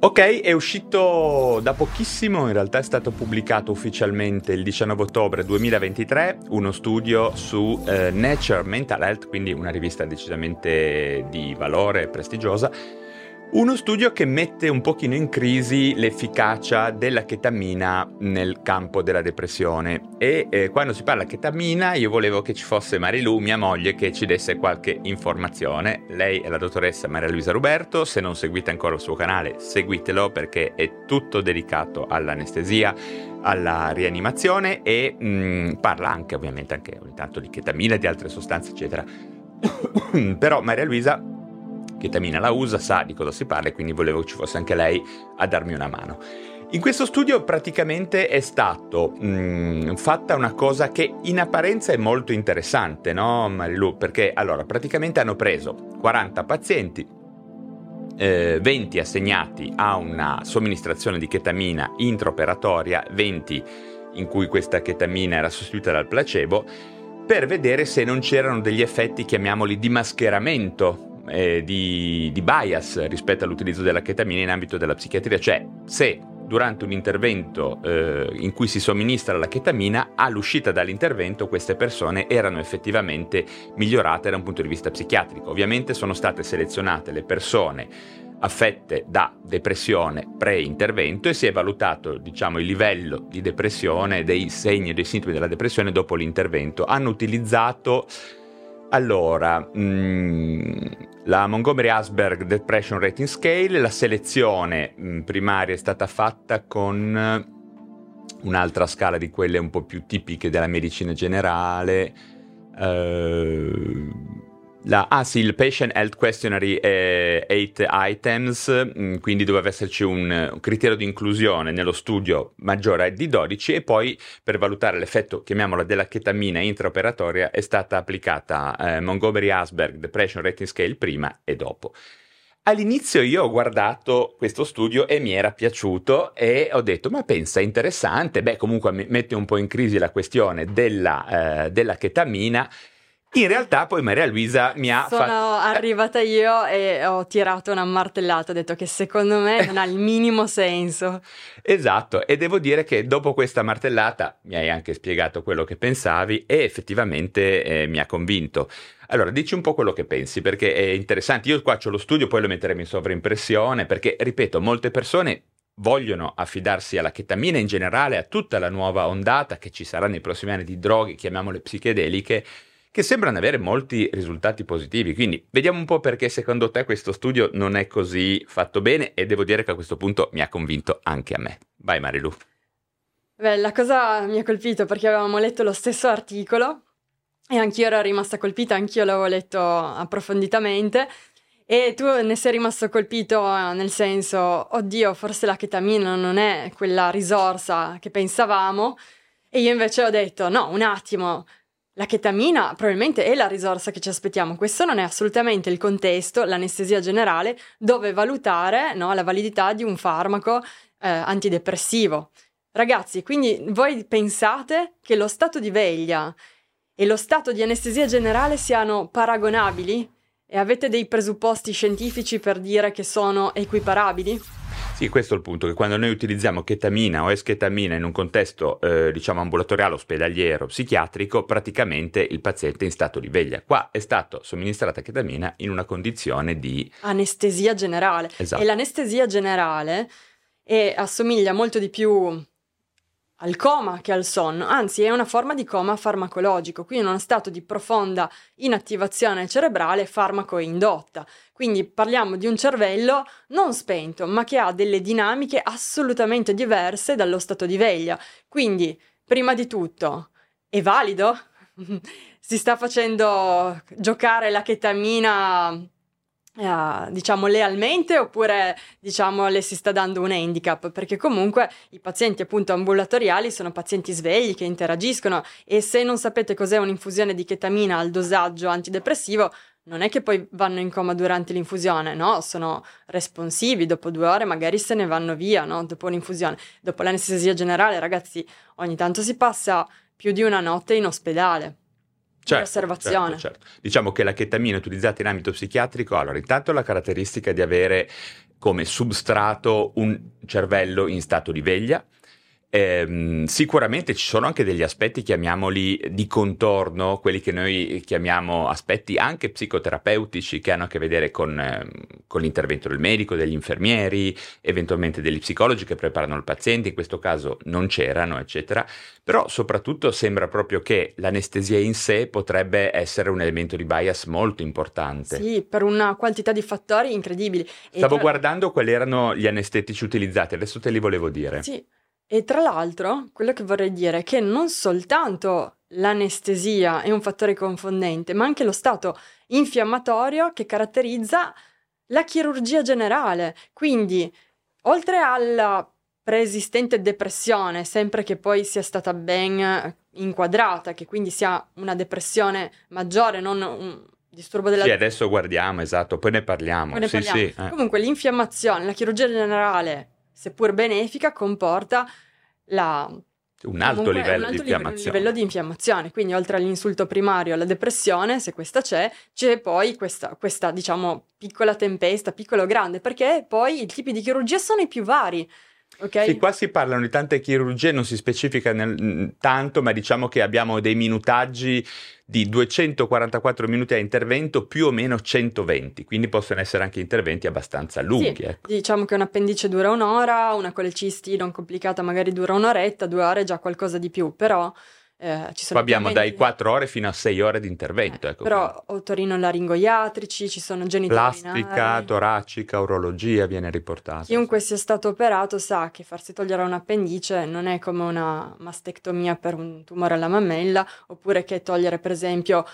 Ok, è uscito da pochissimo, in realtà è stato pubblicato ufficialmente il 19 ottobre 2023, uno studio su Nature Mental Health, quindi una rivista decisamente di valore, prestigiosa. Uno studio che mette un pochino in crisi l'efficacia della chetamina nel campo della depressione e quando si parla chetamina io volevo che ci fosse Marilu, mia moglie, che ci desse qualche informazione. Lei è la dottoressa Maria Luisa Ruberto, se non seguite ancora il suo canale seguitelo perché è tutto dedicato all'anestesia, alla rianimazione e parla anche ovviamente anche ogni tanto di chetamina e di altre sostanze eccetera. Però Maria Luisa chetamina la usa, sa di cosa si parla e quindi volevo che ci fosse anche lei a darmi una mano. In questo studio praticamente è stato fatta una cosa che in apparenza è molto interessante, no Marilu? Perché allora praticamente hanno preso 40 pazienti, 20 assegnati a una somministrazione di chetamina intraoperatoria, 20 in cui questa chetamina era sostituita dal placebo, per vedere se non c'erano degli effetti, chiamiamoli, di mascheramento, di bias rispetto all'utilizzo della chetamina in ambito della psichiatria, cioè se durante un intervento in cui si somministra la chetamina, all'uscita dall'intervento queste persone erano effettivamente migliorate da un punto di vista psichiatrico. Ovviamente sono state selezionate le persone affette da depressione pre-intervento e si è valutato, diciamo, il livello di depressione, dei segni e dei sintomi della depressione dopo l'intervento. Hanno utilizzato allora la Montgomery-Åsberg Depression Rating Scale. La selezione primaria è stata fatta con un'altra scala di quelle un po' più tipiche della medicina generale, il Patient Health Questionary 8 items, quindi doveva esserci un criterio di inclusione nello studio maggiore di 12 e poi per valutare l'effetto, chiamiamolo, della chetamina intraoperatoria è stata applicata Montgomery-Åsberg Depression Rating Scale prima e dopo. All'inizio io ho guardato questo studio e mi era piaciuto e ho detto ma pensa, interessante, comunque mette un po' in crisi la questione della chetamina. In realtà poi Maria Luisa mi ha Sono arrivata io e ho tirato una martellata, ho detto che secondo me non ha il minimo senso. Esatto, e devo dire che dopo questa martellata mi hai anche spiegato quello che pensavi e effettivamente mi ha convinto. Allora, dici un po' quello che pensi, perché è interessante. Io qua c'ho lo studio, poi lo metteremo in sovraimpressione, perché, ripeto, molte persone vogliono affidarsi alla chetamina in generale, a tutta la nuova ondata che ci sarà nei prossimi anni di droghe, chiamiamole psichedeliche, che sembrano avere molti risultati positivi. Quindi vediamo un po' perché secondo te questo studio non è così fatto bene e devo dire che a questo punto mi ha convinto anche a me. Vai Marilu. La cosa mi ha colpito perché avevamo letto lo stesso articolo e anch'io ero rimasta colpita, anch'io l'avevo letto approfonditamente e tu ne sei rimasto colpito nel senso, oddio, forse la chetamina non è quella risorsa che pensavamo, e io invece ho detto no, un attimo, la chetamina probabilmente è la risorsa che ci aspettiamo. Questo non è assolutamente il contesto, l'anestesia generale, dove valutare, no, la validità di un farmaco antidepressivo. Ragazzi, quindi voi pensate che lo stato di veglia e lo stato di anestesia generale siano paragonabili? E avete dei presupposti scientifici per dire che sono equiparabili? Sì, questo è il punto, che quando noi utilizziamo chetamina o esketamina in un contesto, diciamo, ambulatoriale, ospedaliero, psichiatrico, praticamente il paziente è in stato di veglia. Qua è stato somministrata chetamina in una condizione di anestesia generale. Esatto. E l'anestesia generale assomiglia molto di più al coma che al sonno, anzi è una forma di coma farmacologico, quindi in uno stato di profonda inattivazione cerebrale farmaco-indotta. Quindi parliamo di un cervello non spento, ma che ha delle dinamiche assolutamente diverse dallo stato di veglia. Quindi, prima di tutto, è valido? Si sta facendo giocare la chetamina diciamo lealmente oppure diciamo le si sta dando un handicap, perché comunque i pazienti appunto ambulatoriali sono pazienti svegli che interagiscono e se non sapete cos'è un'infusione di chetamina al dosaggio antidepressivo non è che poi vanno in coma durante l'infusione, no? Sono responsivi, dopo 2 ore magari se ne vanno via, no? Dopo un'infusione. Dopo l'anestesia generale, ragazzi, ogni tanto si passa più di una notte in ospedale. Osservazione. Certo. Diciamo che la chetamina utilizzata in ambito psichiatrico, allora intanto la caratteristica di avere come substrato un cervello in stato di veglia. Sicuramente ci sono anche degli aspetti, chiamiamoli di contorno, quelli che noi chiamiamo aspetti anche psicoterapeutici, che hanno a che vedere con l'intervento del medico, degli infermieri, eventualmente degli psicologi che preparano il paziente. In questo caso non c'erano, eccetera. Però soprattutto sembra proprio che l'anestesia in sé potrebbe essere un elemento di bias molto importante. Sì, per una quantità di fattori incredibili. Stavo guardando quali erano gli anestetici utilizzati, adesso te li volevo dire. Sì. E tra l'altro, quello che vorrei dire è che non soltanto l'anestesia è un fattore confondente, ma anche lo stato infiammatorio che caratterizza la chirurgia generale. Quindi, oltre alla preesistente depressione, sempre che poi sia stata ben inquadrata, che quindi sia una depressione maggiore, non un disturbo della... Sì, adesso guardiamo, esatto, poi ne parliamo. Sì. Comunque l'infiammazione, la chirurgia generale, seppur benefica, comporta un alto livello di infiammazione. Quindi oltre all'insulto primario, alla depressione, se questa c'è poi questa diciamo piccola tempesta, piccolo o grande, perché poi i tipi di chirurgia sono i più vari. Okay. Sì, qua si parlano di tante chirurgie, non si specifica tanto, ma diciamo che abbiamo dei minutaggi di 244 minuti a intervento, più o meno 120, quindi possono essere anche interventi abbastanza lunghi. Sì, ecco. Diciamo che un appendice dura un'ora, una colecisti non complicata magari dura un'oretta, 2 ore è già qualcosa di più, però ci sono... Qua abbiamo dai 4 ore fino a 6 ore di intervento. Ecco, però otorinolaringoiatrici, ci sono genitorinari. Plastica, toracica, urologia viene riportata. Chiunque sia stato operato sa che farsi togliere un appendice non è come una mastectomia per un tumore alla mammella, oppure che togliere, per esempio,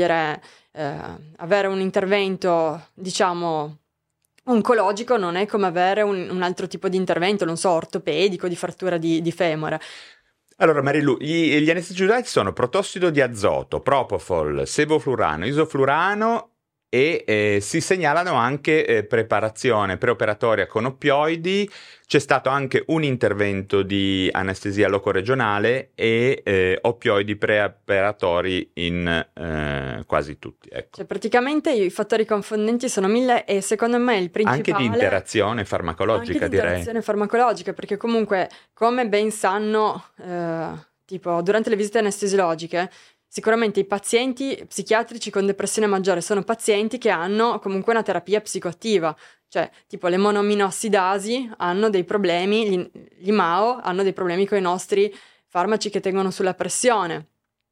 avere un intervento, diciamo, oncologico non è come avere un altro tipo di intervento, non so, ortopedico, di frattura di femore. Allora Marilu, gli anestetici usati sono protossido di azoto, propofol, sevoflurano, isoflurano e si segnalano anche preparazione preoperatoria con oppioidi. C'è stato anche un intervento di anestesia locoregionale e oppioidi preoperatori in quasi tutti. Ecco. Cioè praticamente i fattori confondenti sono 1000 e secondo me il principale... Anche di interazione farmacologica, direi. Interazione farmacologica, perché comunque, come ben sanno, tipo durante le visite anestesiologiche, sicuramente i pazienti psichiatrici con depressione maggiore sono pazienti che hanno comunque una terapia psicoattiva, cioè tipo le monoaminoossidasi hanno dei problemi, gli MAO hanno dei problemi con i nostri farmaci che tengono sulla pressione.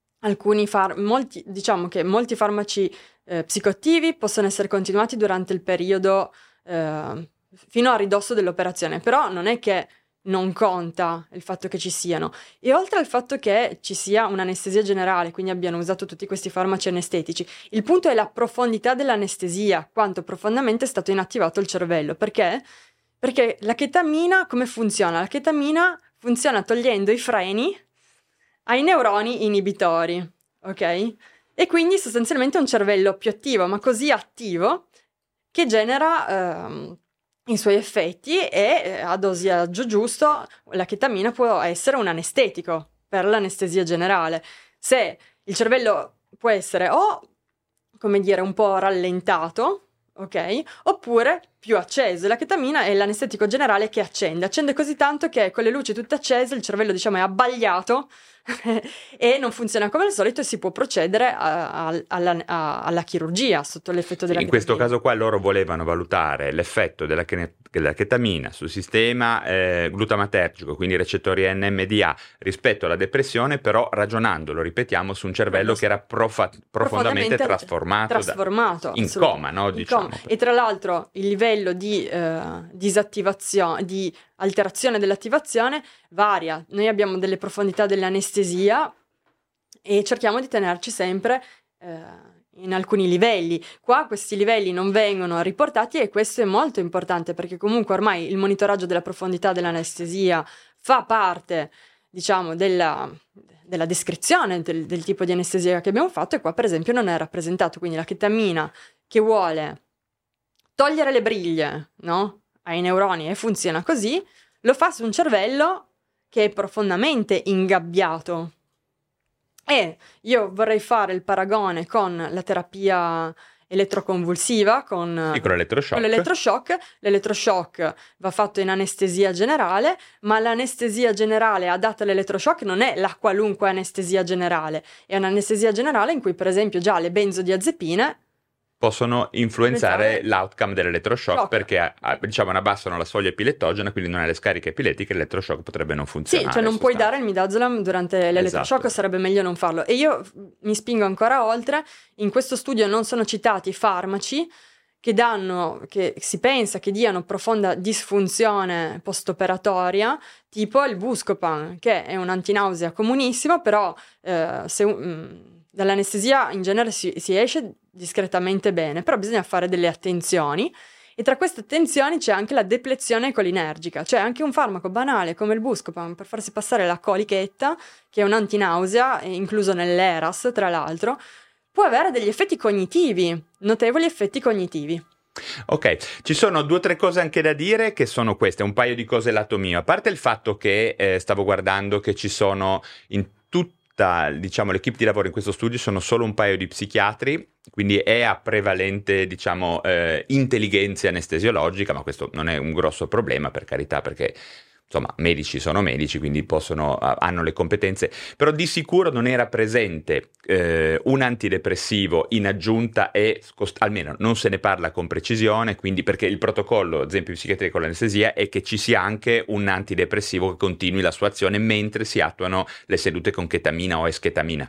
Diciamo che molti farmaci psicoattivi possono essere continuati durante il periodo fino a ridosso dell'operazione, però non è che non conta il fatto che ci siano. E oltre al fatto che ci sia un'anestesia generale, quindi abbiano usato tutti questi farmaci anestetici, il punto è la profondità dell'anestesia, quanto profondamente è stato inattivato il cervello. Perché? Perché la chetamina come funziona? La chetamina funziona togliendo i freni ai neuroni inibitori, ok? E quindi sostanzialmente è un cervello più attivo, ma così attivo che genera i suoi effetti e a dosiaggio giusto la chetamina può essere un anestetico per l'anestesia generale. Se il cervello può essere o, come dire, un po' rallentato, ok? Oppure più acceso. La chetamina è l'anestetico generale che accende così tanto che con le luci tutte accese il cervello, diciamo, è abbagliato e non funziona come al solito e si può procedere alla chirurgia sotto l'effetto della in questo caso qua loro volevano valutare l'effetto della chetamina sul sistema glutamatergico, quindi recettori NMDA rispetto alla depressione, però ragionando, lo ripetiamo, su un cervello che era profondamente trasformato in coma, no? Diciamo. E tra l'altro il livello di disattivazione, di alterazione dell'attivazione varia. Noi abbiamo delle profondità dell'anestesia e cerchiamo di tenerci sempre in alcuni livelli. Qua questi livelli non vengono riportati e questo è molto importante perché comunque ormai il monitoraggio della profondità dell'anestesia fa parte, diciamo, della descrizione del tipo di anestesia che abbiamo fatto e qua per esempio non è rappresentato. Quindi la chetamina che vuole togliere le briglie, no? Ai neuroni e funziona così, lo fa su un cervello che è profondamente ingabbiato. E io vorrei fare il paragone con la terapia elettroconvulsiva con l'elettroshock. L'elettroshock va fatto in anestesia generale, ma l'anestesia generale adatta all'elettroshock non è la qualunque anestesia generale, è un'anestesia generale in cui per esempio già le benzodiazepine possono influenzare l'outcome dell'elettroshock perché diciamo abbassano la soglia epilettogena, quindi non hai le scariche epiletiche, l'elettroshock potrebbe non funzionare. Sì, cioè non puoi dare il midazolam durante l'elettroshock, esatto. Sarebbe meglio non farlo. E io mi spingo ancora oltre, in questo studio non sono citati farmaci che si pensa che diano profonda disfunzione postoperatoria, tipo il Buscopan, che è un antinausea comunissimo, però dall'anestesia in genere si esce discretamente bene, però bisogna fare delle attenzioni, e tra queste attenzioni c'è anche la deplezione colinergica, cioè anche un farmaco banale come il Buscopan per farsi passare la colichetta, che è un antinausea, incluso nell'ERAS tra l'altro, può avere degli effetti cognitivi, notevoli effetti cognitivi. Ok, ci sono 2 o 3 cose anche da dire, che sono queste, un paio di cose lato mio, a parte il fatto che stavo guardando che ci sono in diciamo l'equipe di lavoro in questo studio sono solo un paio di psichiatri, quindi è a prevalente diciamo intelligenza anestesiologica, ma questo non è un grosso problema, per carità, perché insomma medici sono medici, quindi hanno le competenze, però di sicuro non era presente un antidepressivo in aggiunta, e almeno non se ne parla con precisione, quindi perché il protocollo, ad esempio in psichiatria con l'anestesia, è che ci sia anche un antidepressivo che continui la sua azione mentre si attuano le sedute con chetamina o esketamina.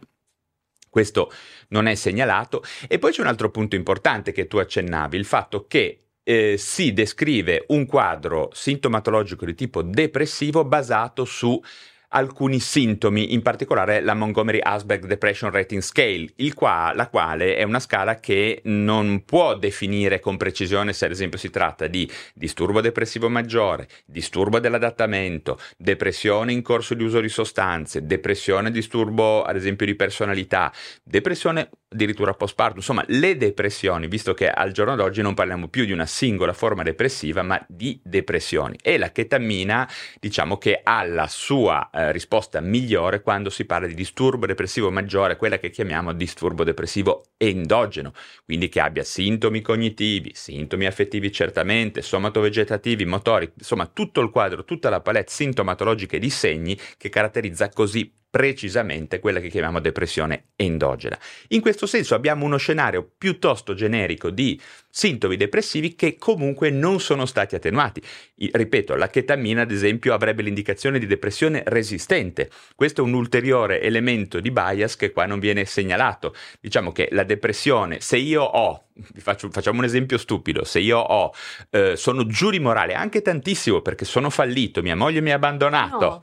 Questo non è segnalato. E poi c'è un altro punto importante che tu accennavi, il fatto che si descrive un quadro sintomatologico di tipo depressivo basato su alcuni sintomi, in particolare la Montgomery-Åsberg Depression Rating Scale, la quale è una scala che non può definire con precisione se ad esempio si tratta di disturbo depressivo maggiore, disturbo dell'adattamento, depressione in corso di uso di sostanze, depressione, disturbo ad esempio di personalità, depressione addirittura postpartum, insomma le depressioni, visto che al giorno d'oggi non parliamo più di una singola forma depressiva ma di depressioni, e la chetamina diciamo che ha la sua risposta migliore quando si parla di disturbo depressivo maggiore, quella che chiamiamo disturbo depressivo endogeno, quindi che abbia sintomi cognitivi, sintomi affettivi certamente, somatovegetativi, motori, insomma tutto il quadro, tutta la palette sintomatologica e di segni che caratterizza così precisamente quella che chiamiamo depressione endogena. In questo senso abbiamo uno scenario piuttosto generico di sintomi depressivi che comunque non sono stati attenuati. Ripeto, la chetamina ad esempio avrebbe l'indicazione di depressione resistente. Questo è un ulteriore elemento di bias che qua non viene segnalato. Diciamo che la depressione, se io ho, facciamo un esempio stupido, se io sono giù di morale anche tantissimo perché sono fallito, mia moglie mi ha abbandonato.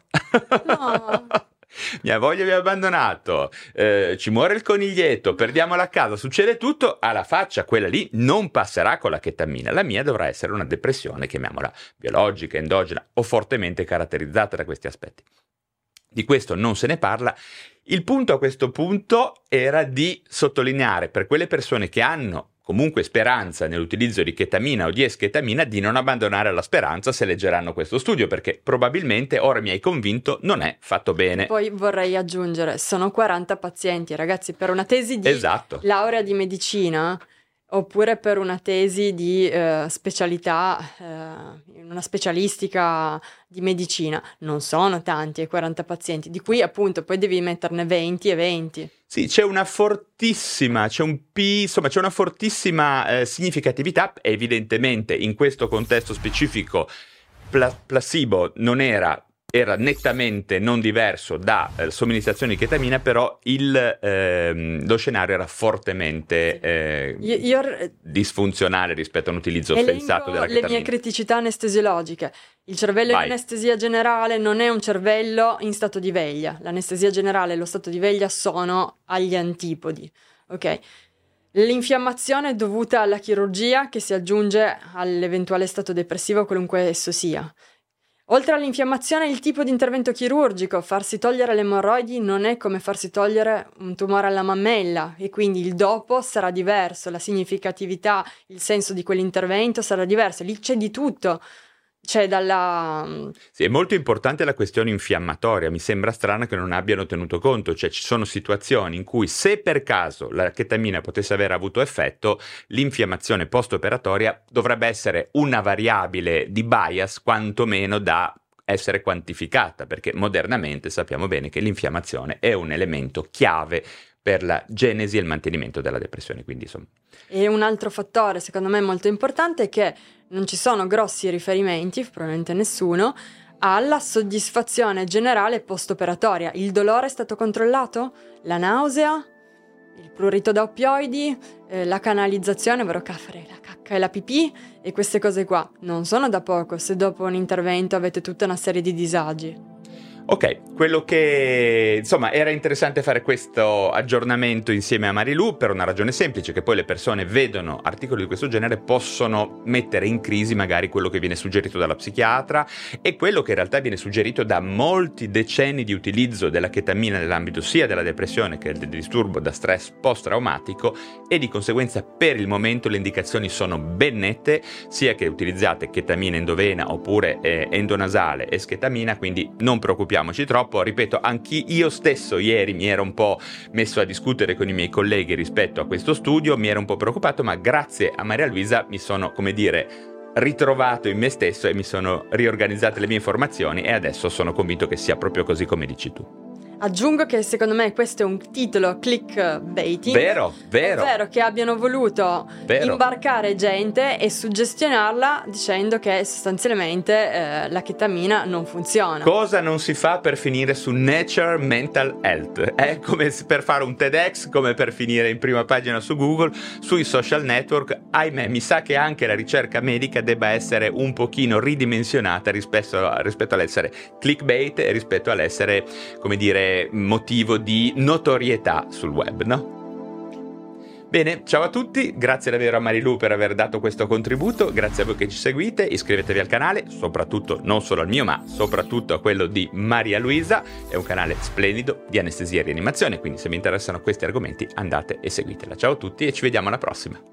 No. Mia moglie mi ha abbandonato, ci muore il coniglietto, perdiamo la casa, succede tutto, alla faccia, quella lì non passerà con la chetamina. La mia dovrà essere una depressione, chiamiamola biologica, endogena o fortemente caratterizzata da questi aspetti. Di questo non se ne parla. Il punto a questo punto era di sottolineare per quelle persone che hanno comunque speranza nell'utilizzo di chetamina o di esketamina di non abbandonare la speranza se leggeranno questo studio, perché probabilmente, ora mi hai convinto, non è fatto bene. Poi vorrei aggiungere, sono 40 pazienti, ragazzi, per una tesi di laurea di medicina oppure per una tesi di specialità, una specialistica di medicina, non sono tanti 40 pazienti, di cui appunto poi devi metterne 20 e 20. Sì, c'è una fortissima significatività, evidentemente in questo contesto specifico placebo non era nettamente non diverso da somministrazione di chetamina, però lo scenario era fortemente disfunzionale rispetto a un utilizzo sensato della chetamina. Le mie criticità anestesiologiche. Il cervello in anestesia generale non è un cervello in stato di veglia. L'anestesia generale e lo stato di veglia sono agli antipodi, ok? L'infiammazione è dovuta alla chirurgia che si aggiunge all'eventuale stato depressivo, qualunque esso sia. Oltre all'infiammazione, il tipo di intervento chirurgico, farsi togliere le emorroidi non è come farsi togliere un tumore alla mammella, e quindi il dopo sarà diverso, la significatività, il senso di quell'intervento sarà diverso, lì c'è di tutto. Cioè dalla... Sì, è molto importante la questione infiammatoria, mi sembra strano che non abbiano tenuto conto, cioè ci sono situazioni in cui se per caso la chetamina potesse aver avuto effetto, l'infiammazione post-operatoria dovrebbe essere una variabile di bias quantomeno da essere quantificata, perché modernamente sappiamo bene che l'infiammazione è un elemento chiave per la genesi e il mantenimento della depressione, quindi insomma. E un altro fattore secondo me molto importante è che non ci sono grossi riferimenti, probabilmente nessuno, alla soddisfazione generale post-operatoria. Il dolore è stato controllato? La nausea? Il prurito da oppioidi? La canalizzazione, ovvero fare la cacca e la pipì? E queste cose qua non sono da poco se dopo un intervento avete tutta una serie di disagi. Ok, quello che insomma era interessante fare questo aggiornamento insieme a Marilu per una ragione semplice, che poi le persone vedono articoli di questo genere possono mettere in crisi magari quello che viene suggerito dalla psichiatra e quello che in realtà viene suggerito da molti decenni di utilizzo della chetamina nell'ambito sia della depressione che del disturbo da stress post-traumatico, e di conseguenza per il momento le indicazioni sono ben nette, sia che utilizzate chetamina endovena oppure endonasale e schetamina, quindi non preoccupiamoci troppo. Ripeto, io stesso ieri mi ero un po' messo a discutere con i miei colleghi rispetto a questo studio, mi ero un po' preoccupato, ma grazie a Maria Luisa mi sono, come dire, ritrovato in me stesso e mi sono riorganizzate le mie informazioni e adesso sono convinto che sia proprio così come dici tu. Aggiungo che secondo me questo è un titolo clickbaiting. Vero. Ovvero che abbiano voluto imbarcare gente e suggestionarla dicendo che sostanzialmente la chetamina non funziona. Cosa non si fa per finire su Nature Mental Health? È come per fare un TEDx, come per finire in prima pagina su Google, sui social network. Ahimè, mi sa che anche la ricerca medica debba essere un pochino ridimensionata rispetto all'essere clickbait e rispetto all'essere, come dire, motivo di notorietà sul web, no? Bene, ciao a tutti, grazie davvero a Marilu per aver dato questo contributo, grazie a voi che ci seguite, iscrivetevi al canale, soprattutto, non solo al mio, ma soprattutto a quello di Maria Luisa, è un canale splendido di anestesia e rianimazione, quindi se vi interessano questi argomenti andate e seguitela. Ciao a tutti e ci vediamo alla prossima.